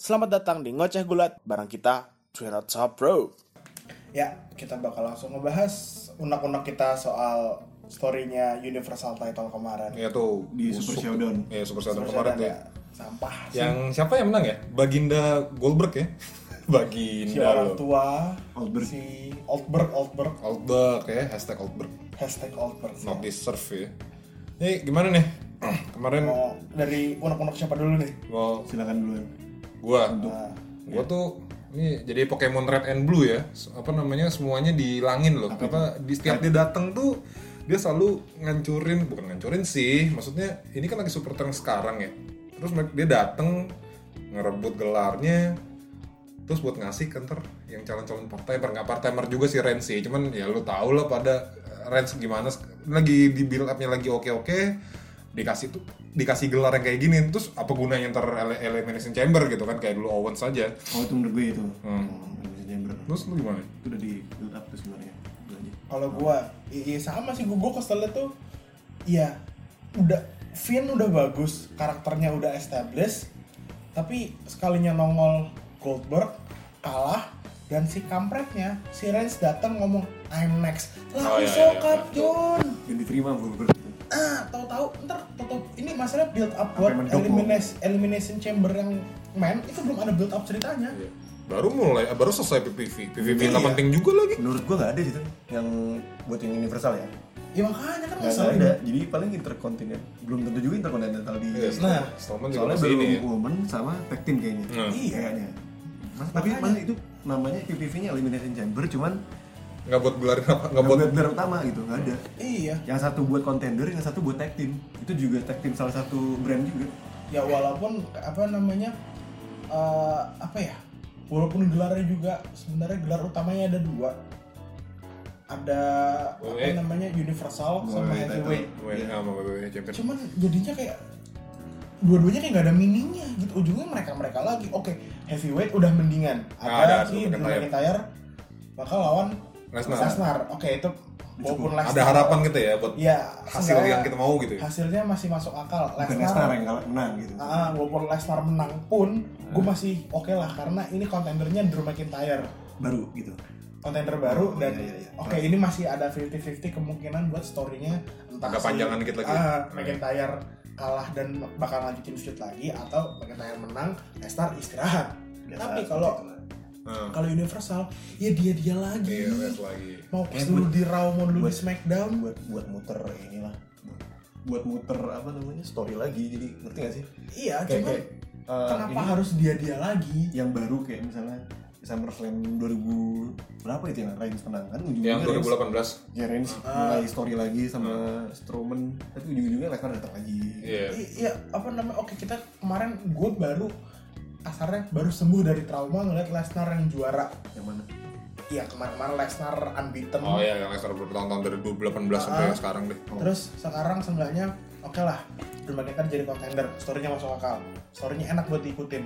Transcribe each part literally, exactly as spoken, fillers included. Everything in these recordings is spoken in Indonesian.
Selamat datang di Ngoceh Gulat bareng kita, Twinot Top Bro. Ya, kita bakal langsung ngebahas unek-unek kita soal story-nya Universal Title kemarin. Ya tuh di Super Showdown. Ya Super Showdown Super kemarin Showdown ya. Sampah sih. Yang siapa yang menang ya? Baginda Goldberg ya. Baginda. Si orang loh. tua, Oldberg. si Oldberg, Oldberg, Oldberg ya, hashtag Oldberg. hashtag Oldberg. Not deserve ya. Nih gimana nih? Kemarin Mau dari unek-unek siapa dulu nih? mau Silakan duluan. gua. Nah, Gua tuh ini jadi Pokemon Red and Blue ya. Apa namanya semuanya dilangin loh. Apa Apa di setiap dia datang tuh dia selalu ngancurin, bukan ngancurin sih. Maksudnya ini kan lagi super trend sekarang ya. Terus dia datang ngerebut gelarnya. Terus buat ngasih kan ntar yang calon-calon partai, nggak part-timer juga sih Rens sih. Cuman ya lu tau lah pada Rens gimana lagi di build up-nya lagi oke-oke. Dikasih tuh dikasih gelar yang kayak gini, terus apa gunanya ntar Elimination Chamber gitu kan, kayak dulu Owens aja. Oh itu menurut gue itu. Hmm. Elimination Chamber. Terus lu gimana? Itu udah di build up tuh sebenarnya. Lanjut. kalau gua, iya sama sih, gua, gua keselnya tuh, iya udah Finn udah bagus, karakternya udah established, tapi sekalinya nongol Goldberg kalah dan si kampretnya si Reigns datang ngomong I'm next, lah Oh, aku iya, sokap iya, John. Yang diterima Goldberg. Ah, tahu-tahu ntar tahu ini masalah build up Sampai buat mendukung. elimination elimination chamber yang main itu belum ada build up ceritanya. Iya. Baru mulai, baru selesai P P V. P P V Iya. tak penting juga lagi. Menurut gue nggak ada sih tuh yang buat yang universal ya. Ya makanya kan Nggak masalah ada. Jadi paling intercontinental. Belum tentu juga intercontinental di. Iya, Nah, Strowman juga Soalnya masih baru ini ya. woman sama tag team kayaknya. Nah. Iya. Kayaknya. Mas, tapi Makanya. mas itu namanya P P V-nya Elimination Chamber, cuman Nggak buat gelarin apa? Nggak nggak buat. buat gelar utama gitu, nggak ada. Iya. Yang satu buat contender, yang satu buat tag team. Itu juga tag team salah satu brand juga. Ya walaupun apa namanya eh, apa ya, walaupun gelarnya juga sebenarnya gelar utamanya ada dua, ada apa W W E. namanya universal sama W W E heavyweight. W W E sama W W E Champion. Cuman jadinya kayak dua-duanya kayak nggak ada meaningnya gitu, ujungnya mereka mereka lagi. Oke, heavyweight udah mendingan, Nah, ada, ada si Drew Drew McIntyre. McIntyre bakal lawan Lesnar. Oke, itu walaupun Lesnar Ada harapan gitu ya buat ya hasil seenggaknya yang kita mau gitu ya. hasilnya masih masuk akal. Bukan Lesnar yang kalah menang gitu. Ah, walaupun Lesnar menang pun, gue masih oke lah karena ini kontendernya Drew McIntyre, Baru gitu. kontender baru. Oh, Dan iya, iya, iya. oke, ini masih ada lima puluh lima puluh kemungkinan buat story-nya entah Agak panjangan dikit lagi. ah, McIntyre kalah dan bakal lanjutin feud lagi, atau McIntyre menang, Lesnar istirahat. Biasa, Tapi kalau seperti itulah. Nah, kalau Universal ya dia dia lagi. iya, rest lagi. Mau pas Ya, dulu buat- di Raw, mau dulu di buat- Smackdown. buat buat muter inilah. Buat muter apa namanya? Story lagi. Jadi ngerti gak sih? Iya, Kayak cuman kayak uh, kenapa ini harus dia dia lagi? yang baru kayak misalnya SummerSlam dua ribu berapa itu yang Reigns menang kan ujung-ujungnya Yang dua ribu Reigns- delapan belas. ya Reigns Ah. mulai story lagi sama Strowman, tapi ujung-ujungnya Lesnar datang lagi. Iya. I- Iya, apa namanya? Oke, kita kemarin gue baru kasarnya baru sembuh dari trauma ngeliat Lesnar yang juara. Yang mana? Iya, kemarin-kemarin Lesnar unbeaten. Oh iya, yang Lesnar bertahun-tahun dari dua ribu delapan belas sampai Ah. sekarang deh. Terus sekarang seenggaknya oke lah, Drew McIntyre jadi contender, story-nya masuk akal, story-nya enak buat diikutin.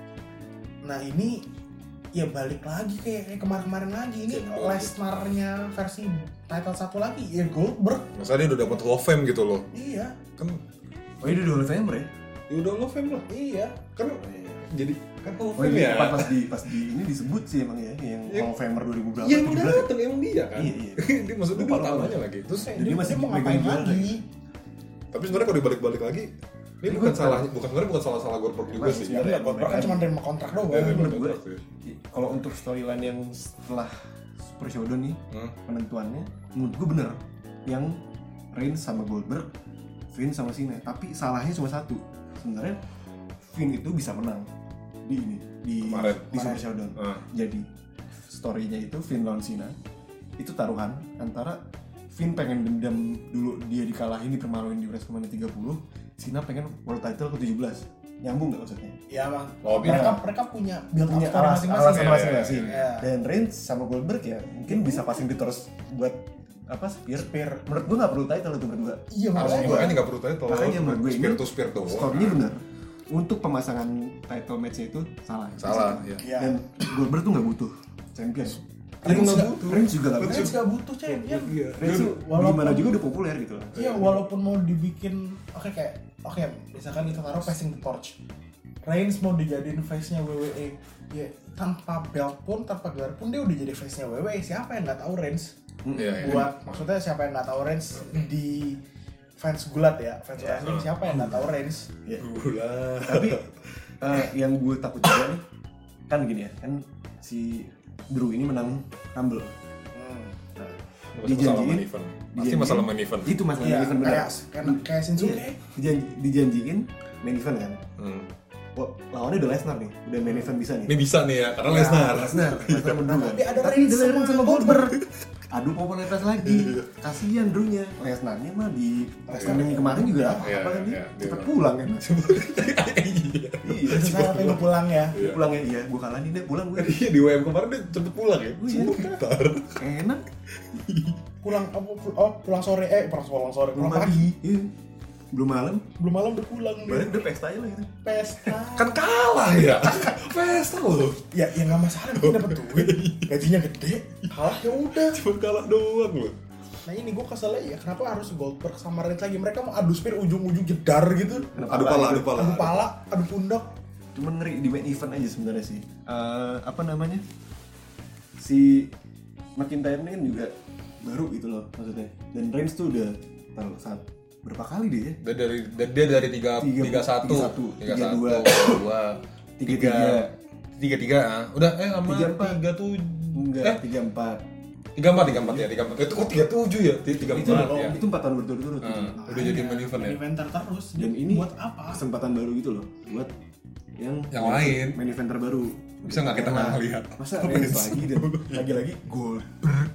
Nah ini ya balik lagi kayak, kayak kemarin-kemarin lagi, ini Kayak Lesnar-nya versi title satu lagi, ya Goldberg. Masa dia udah dapat Hall of Fame gitu loh. Iya, Kan Oh ini udah November ya? ya udah Hall of Fame lah. iya. Kan jadi kan Hall of Oh Fame ini ya. pas, pas di pas di ini disebut sih emang ya yang Iya. November dua ribu berapa? Iya, tujuh udah belas ya? dateng emang dia kan. Iya, iya. Dia maksudnya Lupa, dia lupa. utamanya lagi. Terus Kayak Jadi dia, masih dia mau megang ngapain juara lagi? tapi sebenarnya kalau dibalik-balik lagi ini Ini bukan bukan- salah bukan sebenarnya bukan salah-salah Goldberg juga Masih sih. Ya enggak, Goldberg kan cuma terima kontrak doang. Iya, iya, menurut gue kontrak sih. kalau untuk storyline yang setelah Super Showdown nih Hmm. penentuannya menurut gue bener yang Reigns sama Goldberg, Finn sama Cena, tapi salahnya cuma satu. Sebenarnya Finn itu bisa menang di ini di Kemarin. di Super Showdown. Ah. Jadi story-nya itu Finn lawan Cena itu taruhan antara Finn pengen dendam dulu dia dikalahin dipermaluin di WrestleMania tiga puluh, Cena pengen world title ke tujuh belas. Nyambung nggak maksudnya? Ya emang. Oh, mereka beda. mereka punya build up Punya story alas, masing-masing. alasan ya. masing-masing. Iya. Dan Reigns sama Goldberg ya mungkin bisa passing di terus buat apa spear. Spear. Menurut gua nggak perlu title itu berdua. Iya, Harus makanya. makanya nggak perlu title. Makanya menurut gue spear ini to spear doang. Story-nya benar. Untuk pemasangan title match-nya itu salah. Salah, iya. Iya. Dan Goldberg tuh nggak butuh champion. Reigns nggak nggak- butuh. Reigns juga nggak butuh. Reigns gak butuh champion. Iya. Reigns tuh Walaupun- gimana juga udah populer gitu loh. Iya, walaupun mau dibikin oke kayak oke misalkan kita taruh passing the torch. Reigns mau dijadiin face-nya W W E, ya tanpa belt pun, tanpa gelar pun dia udah jadi face-nya W W E. Siapa yang nggak tahu Reigns? Iya, iya. Buat maksudnya siapa yang nggak tahu Reigns di fans gulat ya, fans Ya, wrestling, siapa yang nggak tahu Reigns? Ya. Gula. Tapi eh, yang gue takut juga nih kan gini ya, kan si Drew ini menang Rumble. Hmm. Nah, Masalah dijanjiin main event. Pasti dijanjiin- masalah main event. Itu masalah Iya, main event benar. kayak kayak kayak Shinsuke. Iya, dijanji, dijanjiin main event kan. Hmm. Wah, lawannya udah Lesnar nih, udah main event bisa nih. Ini bisa nih ya, karena Ya, Lesnar. Lesnar, Lesnar menang. Tapi ada Tapi Reigns ada Reigns sama sama Goldberg. Goldberg. Adu popularitas lagi. Kasihan Drew-nya. Lesnarnya mah di WrestleMania kemarin juga Iya, apa kan dia iya, cepet dia- pulang kan. Iya. Iya, Saya pengen pulang ya. Iya. pulang ya, iya, gua kalah nih deh, pulang gue. Iya di W M kemarin dia cepet pulang ya. Oh, iya. Sebentar. Enak. Pulang apa oh, pulang sore eh pulang pulang sore, pulang pagi. Iya. Belum malam, Belum malam udah pulang balik dia. udah pesta aja lah gitu. Pesta. Kan kalah ya. Pesta loh. Ya, ya nggak masalah, dia dapat duit, gajinya gede, kalah ya udah. Cuma kalah doang loh. Nah ini gue keselnya ya, kenapa harus Goldberg sama Reigns lagi? Mereka mau adu spear ujung-ujung jedar gitu, Adu pala, adu pala. adu pala, adu pundak. Cuman ngeri di main event aja sebenarnya sih. Eh, apa namanya? Si McIntyre ini kan juga baru gitu loh maksudnya. Dan Reigns tuh udah taruh saat berapa kali dia ya? Dia dari dia dari tiga Tiga- tiga satu tiga satu, tiga tiga satu dua, dua tiga tiga tiga. tiga tiga ah. Udah eh sama Tiga empat. tiga tuh Enggak, eh tiga empat. tiga empat tiga empat ya tiga empat itu kok tiga tujuh ya tiga Itu empat ya. itu empat tahun berturut-turut. Ah, gitu. udah jadi main event ya. Main eventer terus. Dan Dia ini buat apa? kesempatan baru gitu loh buat yang Yang lain. main event terbaru. Bisa nggak kita nggak lihat? Masa Reigns lagi dan lagi-lagi Goldberg.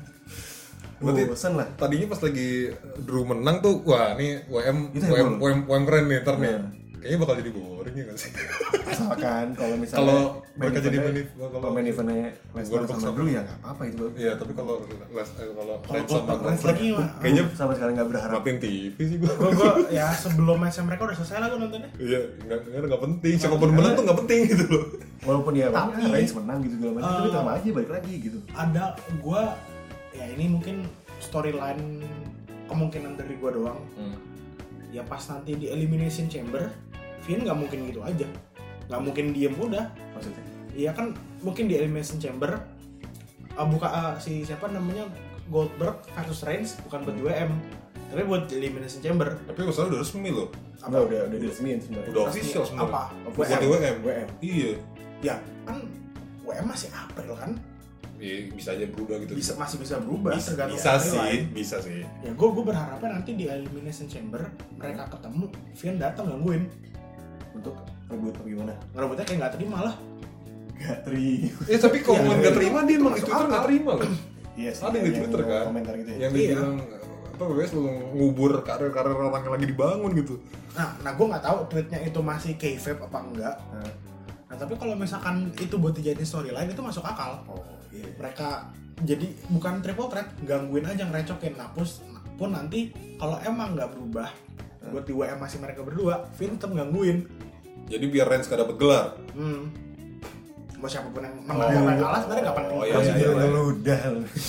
Berarti Bosan lah. tadinya pas lagi Drew menang tuh wah ini W M Itu W M heboh. W M W M keren nih ntar nih. Nah. Kayaknya bakal jadi boring ya kan sih. Asalkan kalau misalnya Kalau main mereka jadi eventnya- main- kalau- kalau main eventnya Lesnar Goldberg sama sama- Drew ya nggak apa-apa itu. Iya tapi kalau Les eh, kalau Kalau Reigns sama Goldberg Reigns Goldberg lagi mah, kayaknya sama sekali nggak berharap. matiin T V sih gua. gue gue ya sebelum match mereka udah selesai lah gue nontonnya. Iya nggak nggak nggak penting. Siapapun menang tuh nggak penting gitu loh. Walaupun ya Tapi- tapi, Reigns menang gitu segala macam, tapi Eh, sama aja balik lagi gitu. Ada gue ya ini mungkin storyline kemungkinan dari gue doang. Hmm. Ya pas nanti di Elimination Chamber, Finn nggak mungkin gitu aja, nggak mungkin diem udah. Maksudnya. Iya kan mungkin di Elimination Chamber uh, buka uh, si siapa namanya Goldberg versus Reigns bukan buat W M tapi buat di Elimination Chamber. Tapi masalah udah resmi loh. Enggak, udah udah diresmiin sebenarnya. Udah Resmi official sebenarnya. apa? Buat di W M. W M. Iya. Ya kan W M masih April kan, Iya bisa aja berubah gitu. bisa masih bisa berubah bisa, tergantung bisa sih, storyline. bisa sih. Ya gue gue berharapnya nanti di Elimination Chamber mereka ketemu, Finn datang gangguin, Untuk rebut apa gimana? ngerebutnya kayak nggak terima lah. Gak terima. Eh tapi kalau Iya, nggak iya. terima dia emang di Masuk Twitter nggak akal. terima loh. Iya sih. Ada yang di Twitter kan? Komentar gitu ya. Yang dia Iya. bilang apa W W E selalu ngubur karir-karir orang yang lagi dibangun gitu. Nah, nah gue nggak tahu tweetnya itu masih kayfabe apa enggak. Nah, Nah tapi kalau misalkan itu buat dijadiin storyline itu masuk akal. oh iya. Mereka jadi bukan triple threat, gangguin aja, ngerecokin. Nah pus, pun nanti kalau emang nggak berubah buat di W M masih mereka berdua, Finn tetap gangguin. Jadi biar Reigns gak dapet gelar. Hmm. Mau siapapun yang menang yang kalah sebenarnya nggak penting. Oh, iya, Pasti iya, dia iya. menang. Ngeludah.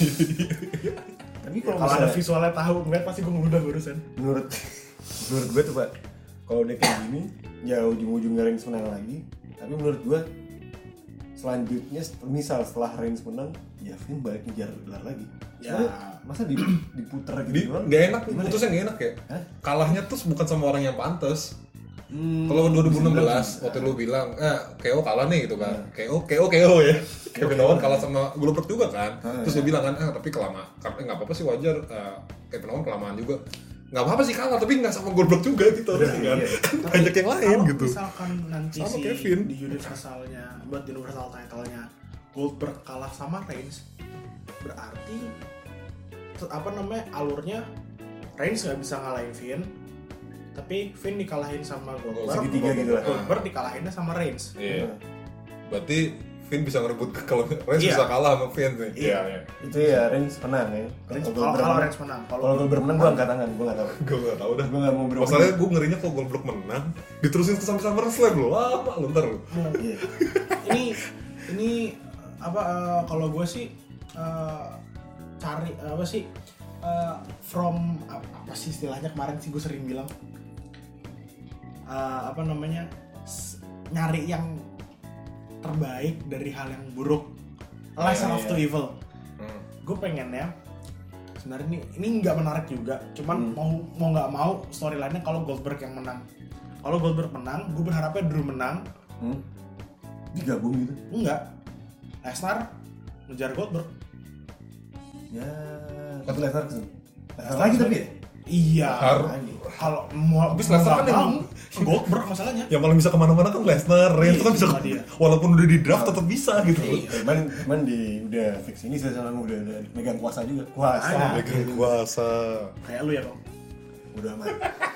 Tapi kalau Kalau ada misalnya visualnya tahu ngeliat pasti gue ngeludah barusan. menurut menurut gue tuh Pak, kalau udah kayak gini ya ujung-ujungnya Reigns menang lagi. Tapi menurut gue selanjutnya misal setelah Reigns menang ya Finn balik ngejar gelar lagi. Ya. Soalnya masa di, diputer gitu Di, doang? gak enak, Gimana putusnya gak enak ya. Hah? Kalahnya tuh bukan sama orang yang pantas. Hmm, Kalau dua ribu enam belas bisa. waktu lu bilang, eh K O kalah nih gitu kan. Nah. K O, K O, K O ya. Kevin Owens kalah sama Goldberg juga kan. Ah, Terus iya. lu bilang kan, eh tapi kelamaan. Eh nggak apa-apa sih wajar. Eh, Kevin Owens kelamaan juga. Nggak apa-apa sih kalah, tapi nggak sama Goldberg juga gitu harusnya kan. iya. Kan banyak yang lain Kalau gitu. misalkan nanti Sama si Kevin. di universalnya buat di universal title-nya Goldberg kalah sama Reigns, berarti te- apa namanya alurnya Reigns nggak bisa ngalahin Finn, tapi Finn dikalahin sama Goldberg, segitiga gitu lah. Goldberg dikalahinnya sama Reigns. Iya. Berarti Finn bisa ngerebut kalau Reigns Iya. bisa kalah sama Finn nih. Iya. iya. Itu ya Reigns menang ya. Reigns- Kalau Kalau Goldberg kalau menang- Reigns menang, kalau Goldberg menang gue angkat tangan, gue nggak tahu. Gue nggak tahu dah. Gue nggak mau berubah. Masalahnya gue ngerinya kalau Goldberg menang, diterusin sampai SummerSlam loh, lama lo ntar lo. Iya. ini ini apa eh, kalau gue sih eh, cari apa sih eh, from apa, apa sih istilahnya kemarin sih gue sering bilang Eh, apa namanya s- nyari yang terbaik dari hal yang buruk, lesser Iya, of iya. two evil. Hmm. Gue pengennya sebenarnya ini ini nggak menarik juga, cuman Hmm. mau mau nggak mau storyline-nya kalau Goldberg yang menang. Kalau Goldberg menang, gue berharapnya Drew menang. Hmm? Digabung gitu. Enggak, Lesnar ngejar Goldberg. Ya, satu Lesnar ke Lesnar lagi tapi ya? Iya. Har- Lagi. Kalau mau Habis mau Lesnar nggak kan yang- mau, Goldberg masalahnya. Yang paling bisa kemana-mana kan Lesnar, Reigns Iya, kan bisa cuma dia. walaupun udah di draft tetap bisa gitu. Iya. Cuman, cuman di udah fix ini saya sama udah, udah megang kuasa juga. Kuasa. Ah, Megang kuasa. Kayak lu ya bang. Udah amat.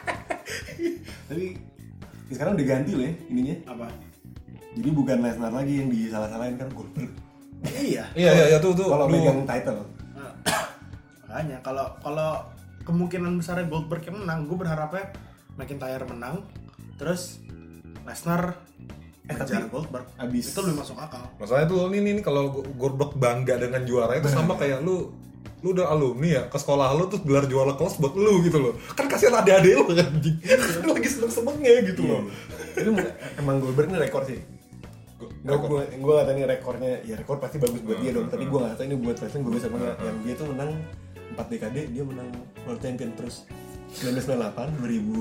Tapi sekarang udah ganti loh ya ininya. Apa? Jadi bukan Lesnar lagi yang disalah-salahin kan Goldberg. Iya. Iya iya iya tuh tuh. Kalau Lu- megang title. Nah, makanya kalau kalau kemungkinan besarnya Goldberg yang menang, gue berharapnya McIntyre menang, terus Lesnar Eh, ngejar tapi Goldberg. abis- Itu lebih masuk akal. Masalahnya tuh ini nih kalau Goldberg bangga dengan juara itu sama kayak lu lu udah alumni ya ke sekolah lu terus gelar juara kelas buat lu gitu loh. Kan kasihan adik-adik lu kan anjing. Kan lagi seneng-senengnya gitu loh. Itu emang Goldberg ini rekor sih. Nggak, gue gue nggak tahu ini rekornya, ya rekor pasti bagus buat dia dong. Tapi gue nggak tahu ini buat wrestling bagus apa nggak. Yang dia tuh menang empat dekade, dia menang World Champion terus seribu sembilan ratus sembilan puluh delapan, dua ribu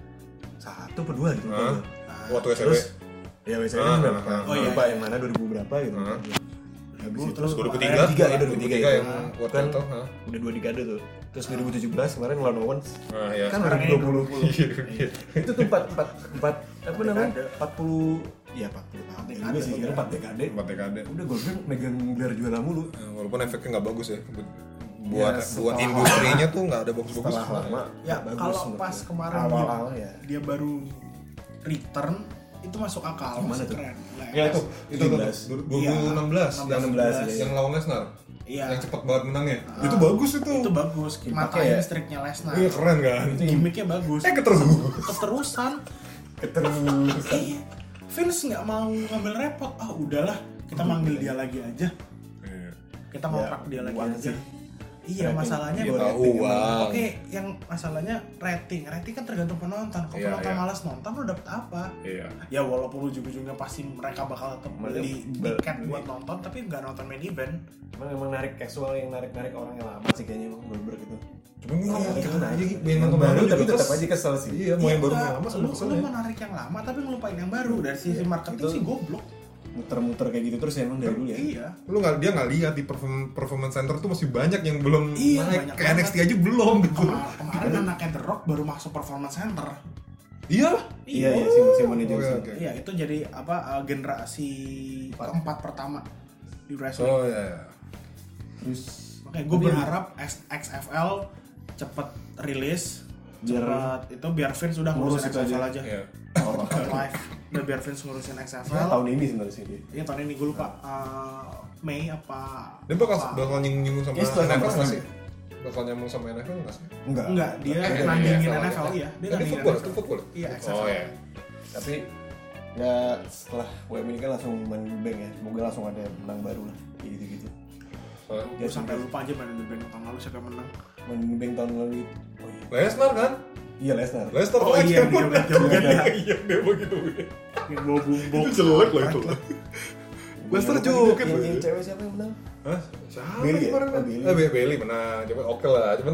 satu per dua gitu. Hah? Nah, Waktu S W. Terus ya W S W Ah, sembilan puluh ah, delapan. oh iya. Lupa yang mana dua ribu berapa gitu. Ah. Habis itu Terus dua ribu tiga, dua ribu tiga ya dua ribu tiga yang ya. buat Kan title, ha? udah dua dekade tuh. Terus dua ribu tujuh belas kemarin lawan Owens Nah, ya. kan Sekarang dua ribu dua puluh. Iya, iya. Itu tuh empat empat empat apa namanya? Dekade. empat puluh ya empat puluh tahun Dekade, juga sih, dekade. empat dekade. Empat dekade. Udah Goldberg megang gelar juara mulu. Nah, walaupun efeknya nggak bagus ya. Buat Ya, buat setelah- industrinya tuh nggak ada bagus-bagus. Setelah lama Ya bagus kalau menurut pas gue. kemarin awal-awal dia, ya. dia baru return itu masuk akal, Gimana masih tuh? keren. Nah, Ya itu itu tuh tujuh belas. dua ribu enam belas Iya, yang enam belas, ya. yang lawan Lesnar. Iya. Yang cepat banget menangnya. Ah. Itu bagus itu. Itu bagus, Impactnya matain ya. streaknya Lesnar. Iya keren kan. Itu gimmicknya bagus. Eh keterus. Keterusan. Keterusan. Iya. Vince nggak mau ngambil repot. Ah udahlah, kita manggil dia lagi aja. Iya. Kita ngontrak dia lagi uang aja. sih. Iya, Rating. masalahnya Iya, Tahu rating emang. uang. Oke, yang masalahnya rating. Rating kan tergantung penonton. Kalau Iya, penonton iya. malas nonton, lo dapet apa? Iya. Ya walaupun ujung-ujungnya pasti mereka bakal tetap beli Beli- tiket beli. buat nonton, tapi nggak nonton main event. Emang emang narik casual yang narik-narik orang yang lama sih kayaknya emang Goldberg itu. Cuma gue nggak Iya, kan aja yang Yang nonton baru tapi juga tetap kes- aja kesel sih. Iya, mau yang baru enggak, yang lama sama lu, kesel lu ya. menarik yang lama tapi ngelupain yang baru. Dari sisi marketing Itu- sih goblok. Muter-muter kayak gitu terus emang dari dulu ya. Iya. Lu nggak dia nggak lihat di perform, performance center tuh masih banyak yang belum Iya, naik banyak ke N X T banget. aja belum gitu. Kemar- kemarin anaknya The Rock baru masuk performance center. Iya. Iya iya Simon Simon Oke, Johnson. oke. Iya, itu jadi apa uh, generasi keempat pertama di wrestling. Oh iya. Terus Oke, gue berharap X- XFL cepet rilis, Biar- cepet itu biar Vince udah ngurus ngurusin itu X F L aja. aja. Iya. oh, bakal. Live, udah biar Vince ngurusin X F Nah, L. tahun ini sebenarnya sih dia. Iya tahun ini gue lupa uh, Mei apa? Dia bakal apa. bakal nyinggung sama Ya, setelah N F L sama nggak sama. sih? Bakal nyambung sama N F L nggak sih? Enggak. Enggak, dia Eh, nandingin N N F F L L iya, dia Tadi nandingin football, N F L. itu football. Iya, X F L. Oh iya. Tapi ya setelah W M ini kan langsung main di bank ya. Semoga langsung ada menang baru lah. Kayak gitu-gitu. So, Gue sampai lupa aja main di band tahun lalu siapa yang menang. Main di bank tahun lalu itu. Oh iya. Lesnar kan? Iya Lesnar. Lesnar Oh lagi iya, yang dia menang. joget-joget ya. Iya, dia begitu. Yang bawa bumbok. Itu jelek loh itu. Lesnar joget Yang, loh. yang cewek siapa yang menang? Hah? Siapa Bailey ya? kemarin? Oh, Bailey. Eh, Bailey. Bailey menang. Cuman oke lah, cuman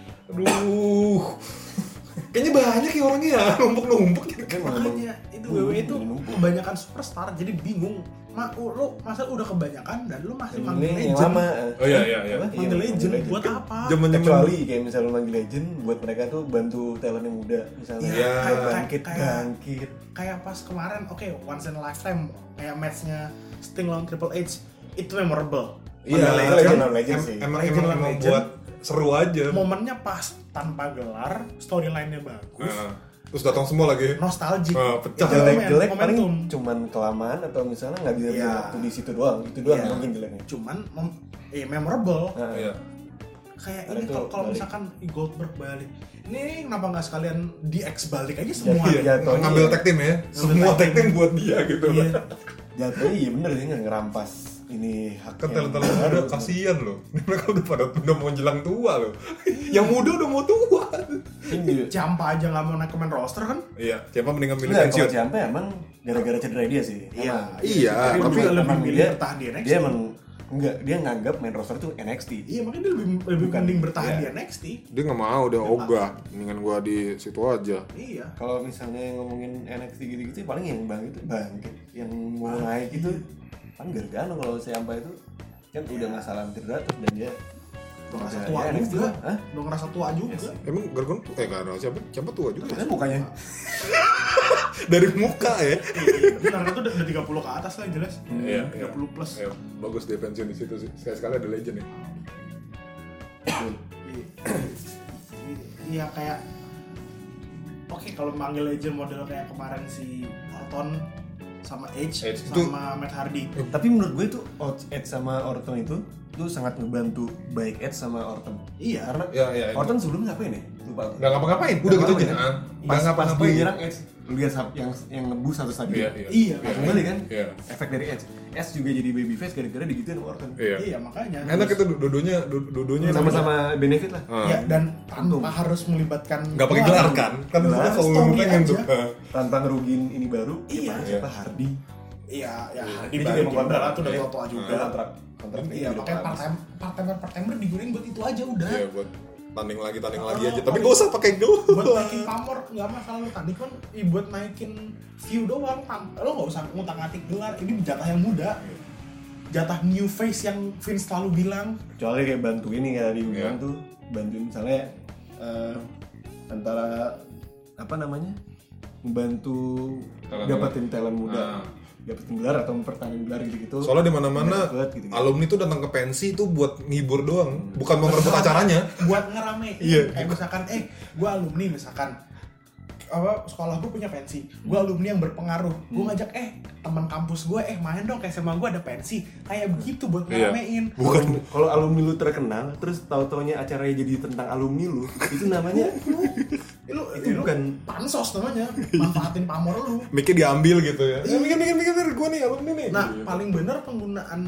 aduh. Kayaknya banyak ya orangnya ya, numpuk-numpuk gitu. Kan malah Makanya itu W W E itu numpuk. kebanyakan superstar jadi bingung. Ma, lu masa udah kebanyakan dan lu masih manggil Ini yang legend. lama. Oh iya iya iya. Apa? Manggil Iya, legend manggil buat apa? Zaman-zaman Kecuali kayak misalnya lu manggil legend buat mereka tuh bantu talent yang muda misalnya. Iya, Iya. kayak- Bangkit, kayak- bangkit. Kayak pas kemarin, oke, once in a lifetime kayak matchnya Sting lawan Triple H itu memorable. Iya, Legend, kan legend, legend em- sih. emang Legend emang, lah, emang legend. buat seru aja. Momennya pas tanpa gelar, storyline-nya bagus, Nah, terus datang semua lagi. nostalgic. Ah, pecah. Itu Jelek-jelek momen- paling momentum. cuman kelamaan atau misalnya nggak bisa Iya. waktu di situ doang. Itu doang Iya. mungkin jeleknya. Cuman mem- eh, memorable. Nah, Iya. Kayak Ada ini tuh kalau kalau balik. misalkan Goldberg balik, ini kenapa nggak sekalian D X balik aja semua? Iya, jatuhnya Ngambil ya. tag team ya. Semua tag tag team. team buat dia gitu. Iya. Jatuhnya iya bener sih nggak ngerampas ini hak Kan yang talent-talent muda kasihan loh. Mereka udah pada udah mau menjelang tua loh. Yang muda udah mau tua. ini. Ciampa aja nggak mau naik ke main roster kan? Iya, siapa mendingan milih Enggak, kalau pensiun? Ciampa emang gara-gara cedera dia sih. Iya. Emang. Iya, Tapi tapi juga lebih emang milih dia bertahan di N X T. dia emang enggak, dia nganggap main roster tuh N X T. Iya, makanya dia lebih lebih Bukan. mending bertahan Iya. di N X T. dia nggak mau, dia ogah. Mendingan gua di situ aja. Iya. Kalau misalnya ngomongin N X T gitu-gitu paling yang bang itu bangkit yang mau naik itu kan Gargano. Kalau Ciampa itu kan udah masalah cedera terus dan dia Udah ngerasa udah- tua ya, N X T juga. lah. Hah? Udah ngerasa tua juga. Emang Gargon eh nggak ada siapa? Siapa tua juga? Kan mukanya Dari muka ya. Benar kan tuh udah udah tiga puluh ke atas lah jelas. Iya, tiga puluh plus. Ya, bagus dia pensiun di situ sih. Sekali-sekali ada legend ya. Iya kayak oke kalau manggil legend model kayak kemarin si Orton sama Edge, Edge itu- sama Matt Hardy. tapi menurut gue itu Edge sama Orton itu tuh sangat ngebantu baik Edge sama Orton. Iya. Karena Iya, iya. Orton sebelumnya ngapain ya? Lupa aku. Nggak ngapa-ngapain, udah gitu aja. Kan? Ah, Pas, Nggak pas dia ngapa-ngapain. nyerang Edge, lu lihat sab- yang yang nebus satu stadion. Iya, iya. Iya. Langsung balik kan? Iya. Efek dari Edge. Edge juga jadi babyface gara-gara digituin sama Orton. Iya. Iya makanya. Enak itu dudunya, dudunya Sama-sama benefit lah. Ah. Ya dan tanpa harus melibatkan Nggak pakai gelar kan? Kan Gelar, kita selalu story pengen aja. tuh. Ah. Tanpa ngerugiin ini baru. Iya. Siapa Hardy? Iya, ya Hardy Dia juga juga emang kontrak kontrak. tuh udah Iya. tua-tua juga. Kontrak. Kontrak. Iya, makanya part time part timer part timer digunain buat itu aja udah. Iya, buat tanding lagi, tanding lagi Oh, aja. Tapi paling- gak usah pakai gelar. Buat naikin pamor nggak masalah lu tadi kan eh, buat naikin view doang tam- lo nggak usah ngutak-ngatik gelar, ini jatah yang muda, jatah new face yang Vince selalu bilang. Kecuali kayak bantu ini kayak tadi gue Iya. bilang tuh, bantuin misalnya eh, antara apa namanya, membantu Talent dapetin talent muda, Ah. dapetin gelar atau mempertahankan gelar gitu-gitu. Soalnya di mana-mana Dapet gitu-gitu. alumni tuh datang ke pensi tuh buat ngibur doang, bukan mau ngerebut acaranya. Buat ngeramein Iya. kayak misalkan eh gue alumni misalkan apa sekolah gue punya pensi, gue alumni yang berpengaruh, gue ngajak eh teman kampus gue eh main dong kayak sama gue ada pensi kayak begitu buat Iya. ngeramein. Bukan Kalau alumni lu terkenal, terus tahu-taunya acaranya jadi tentang alumni lu, itu namanya Lu, itu lu bukan pansos namanya, manfaatin pamor lu. mikir diambil gitu ya. Eh, mikir mikir mikir gue nih alumni nih. Nah, Gitu. paling bener penggunaan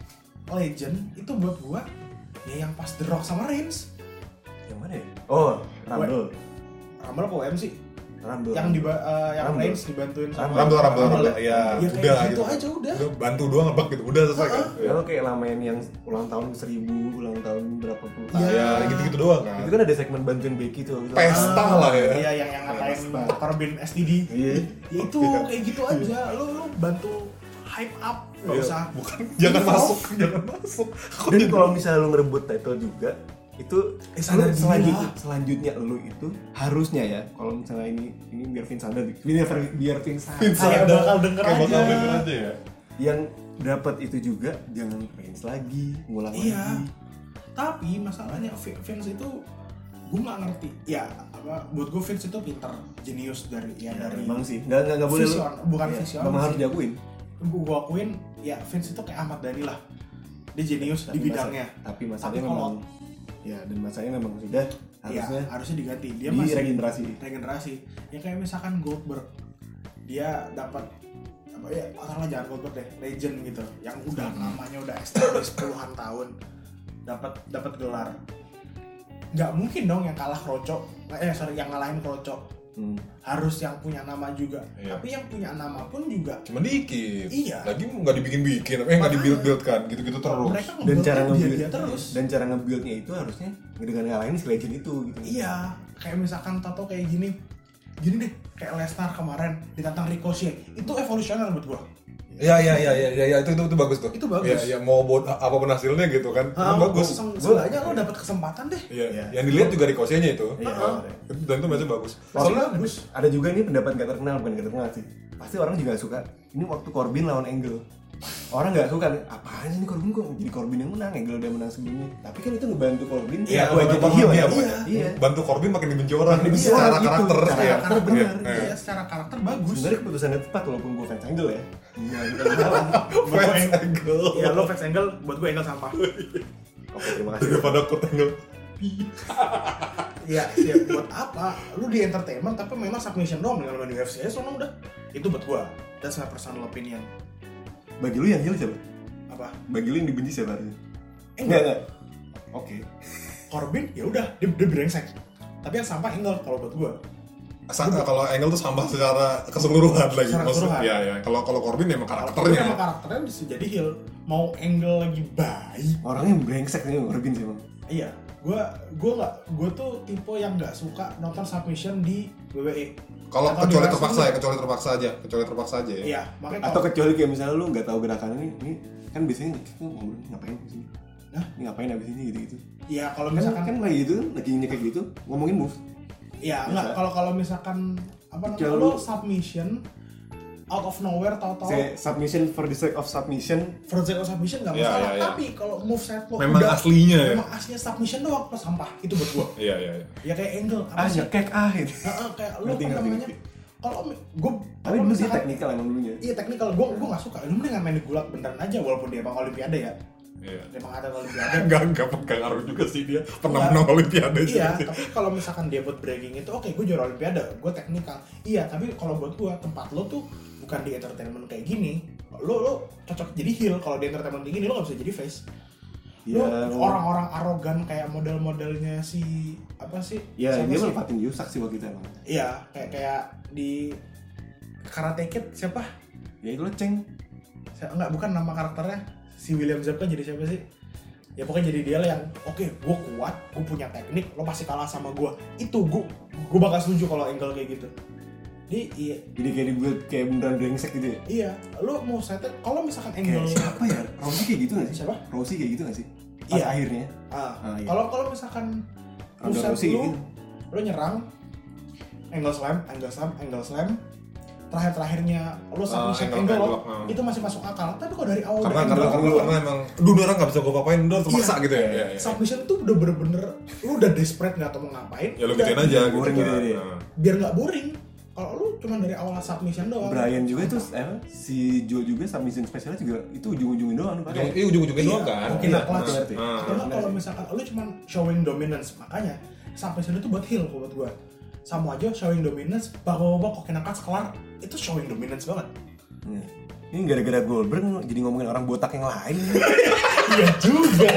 legend itu buat gua ya yang pas The Rock sama Reigns. yang mana ya? Oh, Rumble. Rumble apa W M sih? Rumble. Yang di uh, yang Rumble. Reigns dibantuin sama Rumble, Rumble, Rumble. Ya, Ya, kayak udah gitu gitu. aja udah. Bantu doang ngebak gitu. Udah selesai kan. Ya, lo kayak lamain yang ulang tahun seribu, ulang tahun berapa puluh tahun. Iya. Ya, gitu-gitu doang kan. Itu kan ada segmen bantuin Becky tuh. Gitu. Pesta lah ya. Iya, yang yang ngatain Corbin S T D. Iya. Ya itu kayak gitu aja. Lu lu bantu hype up, enggak Iya, usah. bukan jangan Involve. masuk, jangan masuk. Dan kalau misalnya lu ngerebut title juga, itu Eh, sadar lu diri selanjutnya lah. selanjutnya lu itu harusnya ya, kalau misalnya ini ini biar Vince sadar, biar biar Vince sadar. Vince Kayak sadar. bakal denger Kayak bakal aja. denger aja ya. Yang dapat itu juga jangan Vince lagi, ngulang Iya. lagi. Tapi masalahnya Vi- Vince itu gue nggak ngerti. Ya apa? Buat gue Vince itu pinter, jenius dari ya, Ya, dari emang sih, nggak nggak nggak boleh lu, Vision, bukan iya, visioner memang harus sih. diakuin. gue akuin ya Vince itu kayak Ahmad Dhani lah, dia jenius di Tapi bidangnya. masa- tapi masalahnya Tapi kalau- memang ya, dan masalahnya memang sudah harusnya Ya, harusnya diganti. Dia di masih regenerasi. regenerasi. Ya kayak misalkan Goldberg, dia dapat apa ya? Karena jangan Goldberg deh, legend gitu, yang udah namanya udah established puluhan tahun, dapat dapat gelar. Nggak mungkin dong yang kalah Kroco, eh sorry yang ngalahin Kroco. Hmm. Harus yang punya nama juga. Iya. Tapi yang punya nama pun juga Cuma dikit. Iya. Lagi nggak dibikin-bikin, eh nggak dibuild-build kan, gitu-gitu terus. mereka Dan ngebuild cara dia, nge-build dia terus. dan cara nge-buildnya itu harusnya dengan ngalahin si legend itu gitu. Iya, kayak misalkan Tato kayak gini, gini deh, kayak Lesnar kemarin ditantang Ricochet, itu evolusioner buat gua. Iya iya iya iya ya, ya, itu, itu itu bagus tuh. Itu bagus. Iya ya, mau buat apapun hasilnya gitu kan. Itu Ah, bagus. se- Seenggaknya lo dapet kesempatan deh. Iya. Iya. Yang dilihat juga Ricochet-nya itu. Iya. Ah, dan itu macam bagus. Soalnya Soalnya bagus. Ada juga ini pendapat gak terkenal, bukan gak terkenal sih. Pasti orang juga gak suka. Ini waktu Corbin lawan Angle. Orang gak suka, apaan sih ini Corbin kok jadi Corbin yang menang, Angle udah menang sebelumnya. Tapi kan itu ngebantu Corbin. Iya, buat jadi bantu heel Corbin, ya. iya. Iya. bantu Corbin makin dibenci orang Makin dibenci secara orang, gitu. karakter. Secara Iya. karakter Iya. benar. Iya. Iya, secara karakter bagus. Sebenarnya keputusan yang tepat walaupun gue fans Angle ya. Iya, bukan salah. Fans Angle. Iya, lo fans Angle, buat gue Angle sampah. Oke, terima kasih. Daripada Kurt Angle. Iya, ya buat apa? Lu di entertainment tapi mainnya submission doang dengan main U F C, ya soalnya udah. Itu buat gua. That's my personal opinion. Bagi lu yang heel siapa? Apa? Apa? Bagi lu yang dibenci siapa? Eh, Enggak, enggak. enggak. Oke. Corbin ya udah dia, dia brengsek. Tapi yang sampah Angle kalau buat gua. Sa- kalau Angle tuh sampah secara keseluruhan lagi. Secara Maksudnya, keseluruhan. ya ya. Kalau kalau Corbin emang Kalau karakternya. emang karakternya bisa jadi heel. Mau Angle lagi baik. Orangnya brengsek nih Corbin sih emang. Iya, gua gua nggak, gua tuh tipe yang nggak suka nonton submission di W W E. Kalau Atau kecuali di terpaksa wrestling. ya, kecuali terpaksa aja, kecuali terpaksa aja ya. Iya, makanya Atau kalau kecuali kayak misalnya lu nggak tahu gerakan ini, ini kan biasanya kita ngobrol ngapain di sini? Hah? Ini ngapain abis ini gitu-gitu. iya kalau Kan misalkan kan lagi gitu, lagi kayak gitu, ngomongin move. iya enggak, biasa. kalau kalau misalkan apa namanya Kalau lo lu- submission out of nowhere tahu-tahu Kayak submission for the sake of submission. for the sake of submission nggak Iya, masalah, iya, iya. tapi kalau move set lo Memang udah- aslinya ya. memang aslinya submission doang pas sampah itu buat gua. Iya iya iya. Ya kayak Angle apa Ah, sih? nyekek ah itu. Heeh, kayak lo Ngerti, apa ngerti, namanya? ngerti. Kalau gua Tapi kalau dulu dia misalkan- teknikal emang dulunya. Iya teknikal, gue gue nggak suka. Lu mendingan main di gulat beneran aja walaupun dia emang olimpiade ya. Iya. Dia emang ada olimpiade. Enggak enggak enggak ngaruh juga sih dia pernah Enggak. menang olimpiade juga Iya, sih. tapi kalau misalkan dia buat bragging itu oke, gue juara olimpiade, gue teknikal. Iya, tapi kalau buat gue tempat lo tuh bukan di entertainment kayak gini. Lo lo cocok jadi heel. Kalau di entertainment kayak gini lo nggak bisa jadi face. Lo Ya, orang-orang arogan kayak model-modelnya si apa sih? Ya Siapa dia sih? menempatin Yusak sih waktu itu emang. Iya, kayak kayak di Karate Kid siapa? Ya itu lo ceng. Saya, enggak, bukan nama karakternya si William Zabka jadi siapa sih? Ya pokoknya jadi dia lah yang oke, gue kuat, gue punya teknik, lo pasti kalah sama gue. Itu gue gue bakal setuju kalau Angle kayak gitu. Di iya, Jadi kayak dibuat kayak beneran brengsek gitu ya. iya, lo mau setnya kalau misalkan Kayak Angle siapa ya? Rosie kayak gitu gak sih? Siapa? Rosie kayak gitu gak sih? Pas Iya. akhirnya. ah, Ah, iya. kalau kalau misalkan Ronda moveset Rousey lo, gitu. lo nyerang Angle slam, Angle slam, Angle slam, terakhir-terakhirnya lo submission angle, Angle, lo, angle, ah. itu masih masuk akal. Tapi kalau dari awal Karena udah karena Angle, karena, lo- karena emang dunia orang nggak bisa gue apa-apain, udah terpaksa Iya. gitu ya. Iya, iya. submission tuh udah bener-bener lu udah desperate nggak tahu mau ngapain, Ya lu udah, gituin aja gitu. boring kan. gitu dia. Nah. biar nggak boring. Kalau lu cuma dari awal submission doang. Brian juga itu eh, si Joe juga submission spesialnya juga itu ujung-ujungin doang Ujung, pakai. iya ujung-ujungnya Iya, doang kan. mungkin Nah, clutch. ngerti. nah. Karena bener kalau sih. misalkan lu cuma showing dominance, makanya submission itu buat heal kalau buat gua. Sama aja showing dominance, bawa-bawa kok kena cuts kelar, itu showing dominance banget. Hmm. Ini gara-gara Goldberg jadi ngomongin orang botak yang lain. Iya juga.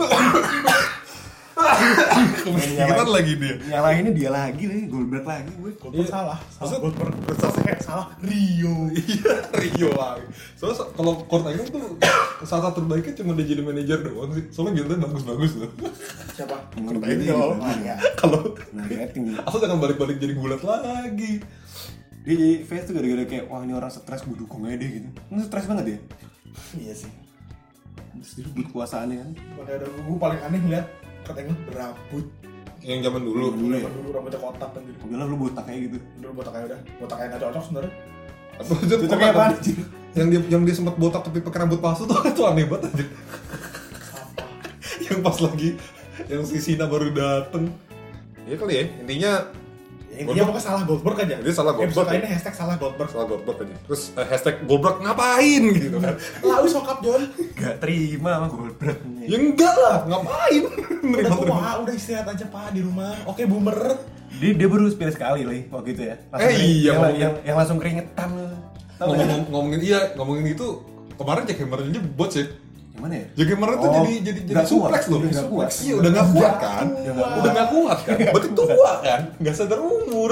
Kepikiran lagi dia. Nyalahinnya dia lagi nih, Goldberg lagi gue. Goldberg Iya. salah, salah Maksud- Goldberg. Salah, salah Rio. Iya, Rio lagi. Soalnya so- kalau Kurt Angle tuh salah satu terbaiknya cuma dia jadi manajer doang sih. Soalnya gilnya bagus-bagus loh. Siapa? Menurut Kurt gue Angle. iya. Oh, iya. Kalau Nah, rating. asal jangan balik-balik jadi gulat lagi. Dia jadi face tuh gara-gara kayak wah ini orang stres gue dukung aja deh gitu. Ini stres banget ya. Iya sih. Terus direbut kuasaannya kan. Makanya ada gue paling aneh ngeliat Kurt Angle berambut. Yang zaman dulu. Dulu ya. Dulu rambutnya kotak kan gitu. Udah lah lu botak kayak gitu. Dulu botak kayak udah, botak kayak nggak cocok sebenarnya. Apa itu? Cocoknya apa? apa? Yang dia yang dia sempat botak tapi pakai rambut palsu tuh itu aneh banget aja. Apa? Yang pas lagi yang si Cena baru dateng. Ya kali ya, intinya Ya, intinya pokoknya salah Goldberg aja. Dia salah Goldberg, Episode ya. ini hashtag salah Goldberg. salah Goldberg aja. Terus eh, hashtag Goldberg ngapain gitu kan. Lalu sokap John. Gak terima sama Goldberg. Ya enggak lah, ngapain? Udah Nerima- tua, udah istirahat aja pak di rumah. Oke boomer. Dia dia baru spill sekali lah waktu itu ya. Langsung Eh, kering- iya, yang, ngomongin- yang, yang langsung keringetan. Tahu ngomong, nggak? ngomong- ngomongin iya, ngomongin itu kemarin Jack Hammer aja bot sih. Yang mana ya? Jack Hammer itu Oh, jadi jadi jadi nggak kuat. suplex loh. Udah nggak kuat. Iya, udah nggak kuat kan? Udah nggak kuat. Udah nggak kuat kan? Berarti tua kan? Nggak sadar umur.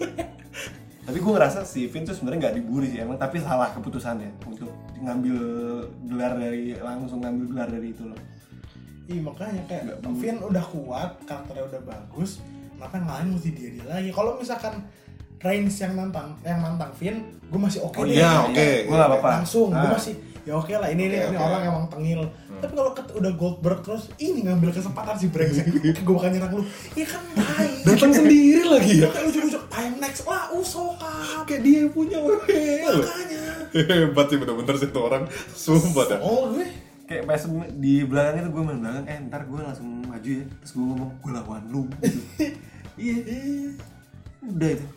Tapi gue ngerasa si Vin tuh sebenarnya nggak dibully sih emang, tapi salah keputusannya untuk ngambil gelar dari langsung ngambil gelar dari itu loh. Iya makanya kayak Nggak boomer. Vin udah kuat, karakternya udah bagus. Kenapa yang lain mesti dia dia lagi? Kalau misalkan Reigns yang nantang, yang nantang Vin, gue masih oke Oh deh. iya, oke. Gue nggak apa-apa. Langsung, gue Ah. masih ya oke lah. Ini Oke, ini, ini oke. orang emang tengil. Tapi kalau ket- udah Goldberg terus ini ngambil kesempatan si brengsek, gue bakal nyerang lu. Ya kan tai. Datang sendiri lagi ya. Kayak ujuk-ujuk I'm next lah, usokap. Kayak dia punya W W E loh. Makanya. Hebat sih bener-bener sih tuh orang. Sumpah dah. Oh gue. Kayak pas di belakang itu gue main belakang, eh ntar gue langsung maju ya, terus gue ngomong gue lawan lu gitu. Iya, udah itu.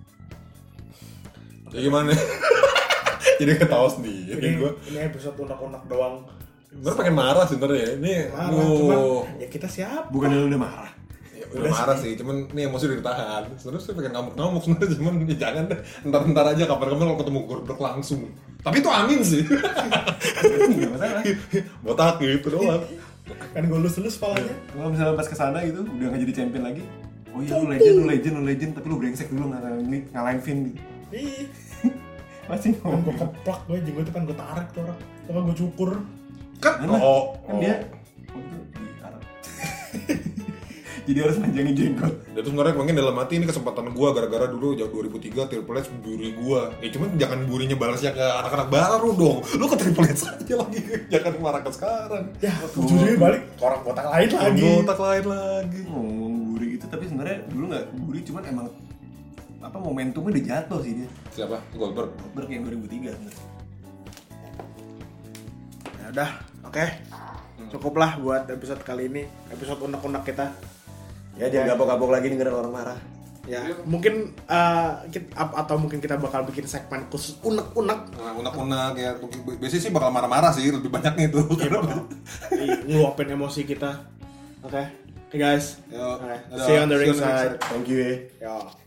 Ya gimana? Jadi ketawa sendiri Ini, gue. ini episode unak-unak doang. Sebenernya pengen marah sebenernya. Ini Marah, cuman aduh. ya kita siap. Bukan lu udah marah. Ya, udah marah sih, cuman ini emosi udah ditahan. Sebenarnya saya pengen ngamuk-ngamuk sebenarnya, cuman ya jangan deh. Ntar-ntar aja kapan-kapan kalau ketemu Goldberg langsung. Tapi itu amin sih. Enggak masalah. Botak gitu doang. Kan gue lulus-lulus palanya. Kalau misalnya pas kesana gitu udah nggak jadi champion lagi, oh iya lu legend, lu legend, lu legend, tapi lu brengsek dulu ngalahin ngalahin Finn gitu. Ih, Masih kan gue ngomong. keplak gue jenggotnya kan gue tarik tuh orang. Sama gue cukur. Kan Mana? oh, Kan dia oh itu di Arab. Jadi harus manjangin jenggot. dia tuh sebenarnya mungkin dalam hati ini kesempatan gua gara-gara dulu jauh dua ribu tiga Triple H buri gua. Ya cuman jangan burinya balasnya ke anak-anak baru dong. Lu ke Triple H aja lagi, jangan marah ke sekarang. Ya, ujungnya balik ke orang botak lain lagi. Botak lain lagi. Ngomong buri itu tapi sebenarnya dulu nggak buri, cuman emang apa momentumnya udah jatuh sih dia. Siapa? Goldberg. Goldberg yang dua ribu tiga sebenarnya. Ya udah, oke. Cukuplah buat episode kali ini, episode unek-unek kita. Ya jangan gabok-gabok lagi dengerin orang marah. Ya, mungkin uh, kita, atau mungkin kita bakal bikin segmen khusus unek-unek. Nah, unak-unak ya. Biasanya sih bakal marah-marah sih, lebih banyaknya itu. Ya, bakal ngeluapin emosi kita. Oke, okay. Hey guys. Yo, Okay. dadah. See you on the See you on the ringside. ringside. Thank you ya. Yo.